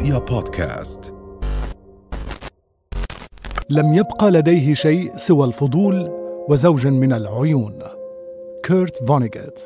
رؤيا بودكاست. لم يبقى لديه شيء سوى الفضول وزوج من العيون. كورت فونيغيت.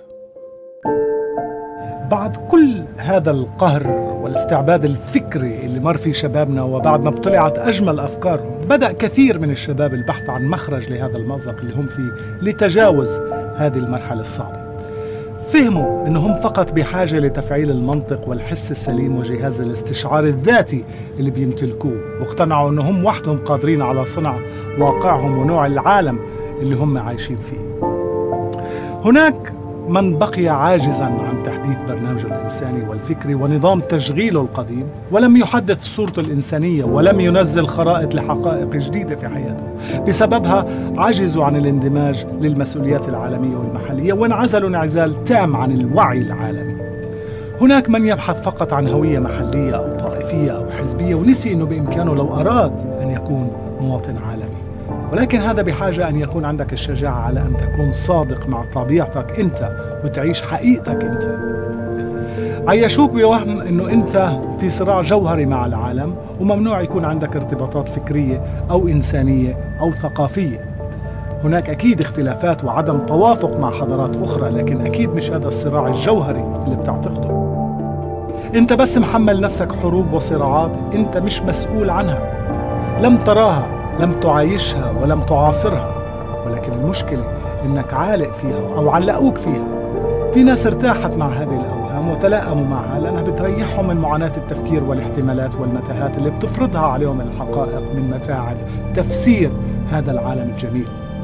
بعد كل هذا القهر والاستعباد الفكري اللي مر في شبابنا، وبعد ما ابتلعت أجمل أفكارهم، بدأ كثير من الشباب البحث عن مخرج لهذا المأزق اللي هم فيه لتجاوز هذه المرحلة الصعبة. فهموا أنهم فقط بحاجة لتفعيل المنطق والحس السليم وجهاز الاستشعار الذاتي اللي بيمتلكوه، واقتنعوا أنهم وحدهم قادرين على صنع واقعهم ونوع العالم اللي هم عايشين فيه. هناك من بقي عاجزاً عن تحديث برنامجه الإنساني والفكري ونظام تشغيله القديم، ولم يحدث صورته الإنسانية، ولم ينزل خرائط لحقائق جديدة في حياته. بسببها عجزوا عن الاندماج للمسؤوليات العالمية والمحلية، وانعزلوا انعزال تام عن الوعي العالمي. هناك من يبحث فقط عن هوية محلية أو طائفية أو حزبية، ونسي أنه بإمكانه لو أراد أن يكون مواطن عالمي. ولكن هذا بحاجة أن يكون عندك الشجاعة على أن تكون صادق مع طبيعتك أنت وتعيش حقيقتك أنت. عيشوك بوهم أنه أنت في صراع جوهري مع العالم، وممنوع يكون عندك ارتباطات فكرية أو إنسانية أو ثقافية. هناك أكيد اختلافات وعدم توافق مع حضارات أخرى، لكن أكيد مش هذا الصراع الجوهري اللي بتعتقده. أنت بس محمل نفسك حروب وصراعات أنت مش مسؤول عنها، لم تراها، لم تعايشها، ولم تعاصرها، ولكن المشكلة إنك عالق فيها أو علقوك فيها. في ناس ارتاحت مع هذه الأوهام وتلائموا معها لأنها بتريحهم من معاناة التفكير والاحتمالات والمتاهات اللي بتفرضها عليهم الحقائق من متاعب تفسير هذا العالم الجميل.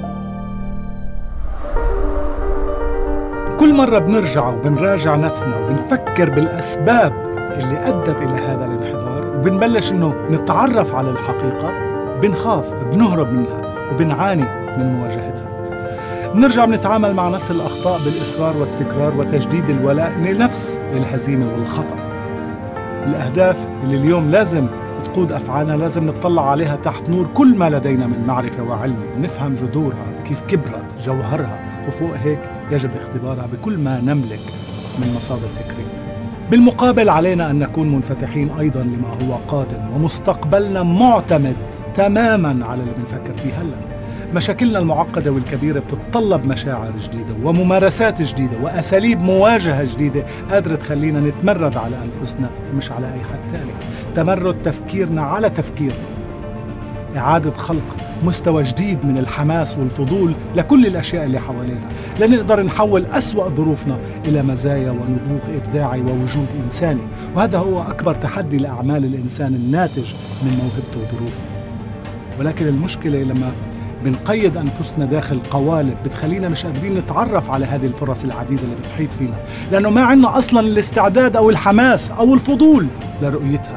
كل مرة بنرجع وبنراجع نفسنا وبنفكر بالأسباب اللي أدت إلى هذا الانحدار، وبنبلش إنه نتعرف على الحقيقة، بنخاف، بنهرب منها، وبنعاني من مواجهتها. بنرجع بنتعامل مع نفس الأخطاء بالإصرار والتكرار وتجديد الولاء لنفس الهزيمة والخطأ. الأهداف اللي اليوم لازم تقود أفعالنا لازم نطلع عليها تحت نور كل ما لدينا من معرفة وعلم، نفهم جذورها، كيف كبرت، جوهرها، وفوق هيك يجب اختبارها بكل ما نملك من مصادر فكرية. بالمقابل علينا أن نكون منفتحين أيضاً لما هو قادم، ومستقبلنا معتمد تماماً على اللي بنفكر فيه هلأ. مشاكلنا المعقدة والكبيرة بتتطلب مشاعر جديدة وممارسات جديدة وأساليب مواجهة جديدة قادرة تخلينا نتمرد على أنفسنا ومش على أي حد تاني. تمرد تفكيرنا على تفكيرنا، إعادة خلق مستوى جديد من الحماس والفضول لكل الأشياء اللي حوالينا، لنقدر نحول أسوأ ظروفنا إلى مزايا ونبوغ إبداعي ووجود إنساني. وهذا هو أكبر تحدي لأعمال الإنسان الناتج من موهبته وظروفه. ولكن المشكلة لما بنقيد أنفسنا داخل قوالب بتخلينا مش قادرين نتعرف على هذه الفرص العديدة اللي بتحيط فينا، لأنه ما عندنا أصلاً الاستعداد أو الحماس أو الفضول لرؤيتها.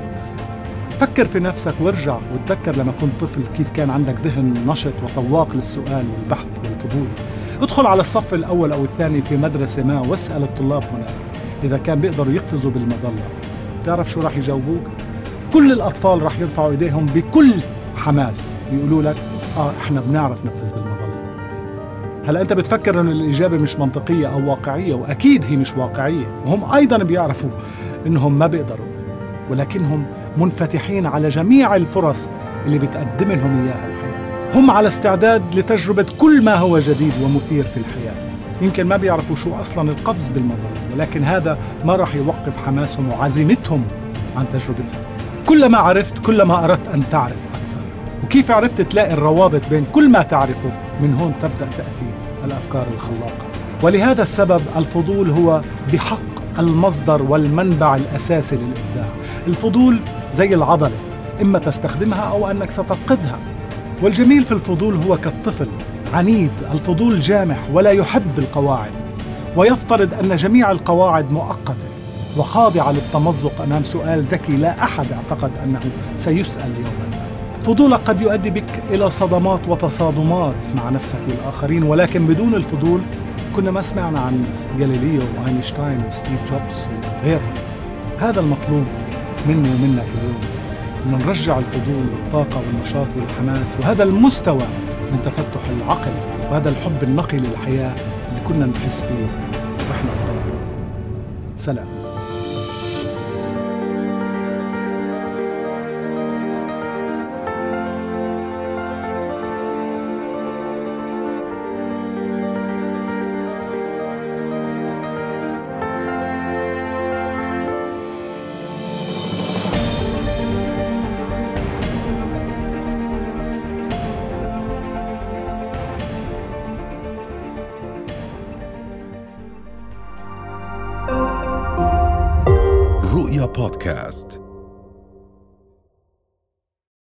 فكر في نفسك وارجع وتذكر لما كنت طفل كيف كان عندك ذهن نشط وطواق للسؤال والبحث والفضول. ادخل على الصف الأول أو الثاني في مدرسة ما واسأل الطلاب هناك إذا كان بيقدروا يقفزوا بالمظلة. تعرف شو راح يجاوبوك؟ كل الأطفال راح يرفعوا إيديهم بكل حماس يقولوا لك إحنا بنعرف نقفز بالمظلة. هلأ أنت بتفكر أن الإجابة مش منطقية أو واقعية، وأكيد هي مش واقعية، وهم أيضا بيعرفوا أنهم ما بيقدروا، ولكنهم منفتحين على جميع الفرص اللي بتقدم لهم إياها الحياة. هم على استعداد لتجربة كل ما هو جديد ومثير في الحياة. يمكن ما بيعرفوا شو أصلا القفز بالمظلة، ولكن هذا ما راح يوقف حماسهم وعزيمتهم عن تجربتها. كلما عرفت كلما أردت أن تعرف أكثر. وكيف عرفت تلاقي الروابط بين كل ما تعرفه؟ من هون تبدأ تأتي الأفكار الخلاقة. ولهذا السبب الفضول هو بحق المصدر والمنبع الأساسي للإبداع. الفضول زي العضلة، إما تستخدمها أو أنك ستفقدها. والجميل في الفضول هو كالطفل عنيد. الفضول جامح ولا يحب القواعد، ويفترض أن جميع القواعد مؤقتة وخاضعة للتمزق أمام سؤال ذكي لا أحد اعتقد أنه سيسأل يوما ما. فضولك قد يؤدي بك إلى صدمات وتصادمات مع نفسك والآخرين، ولكن بدون الفضول كنا ما سمعنا عن غاليليو وأينشتاين وستيف جوبز وغيرهم. هذا المطلوب مني ومنك اليوم، أن نرجع الفضول والطاقة والنشاط والحماس وهذا المستوى من تفتح العقل وهذا الحب النقي للحياة اللي كنا نحس فيه وإحنا صغار. سلام. رؤيا بودكاست.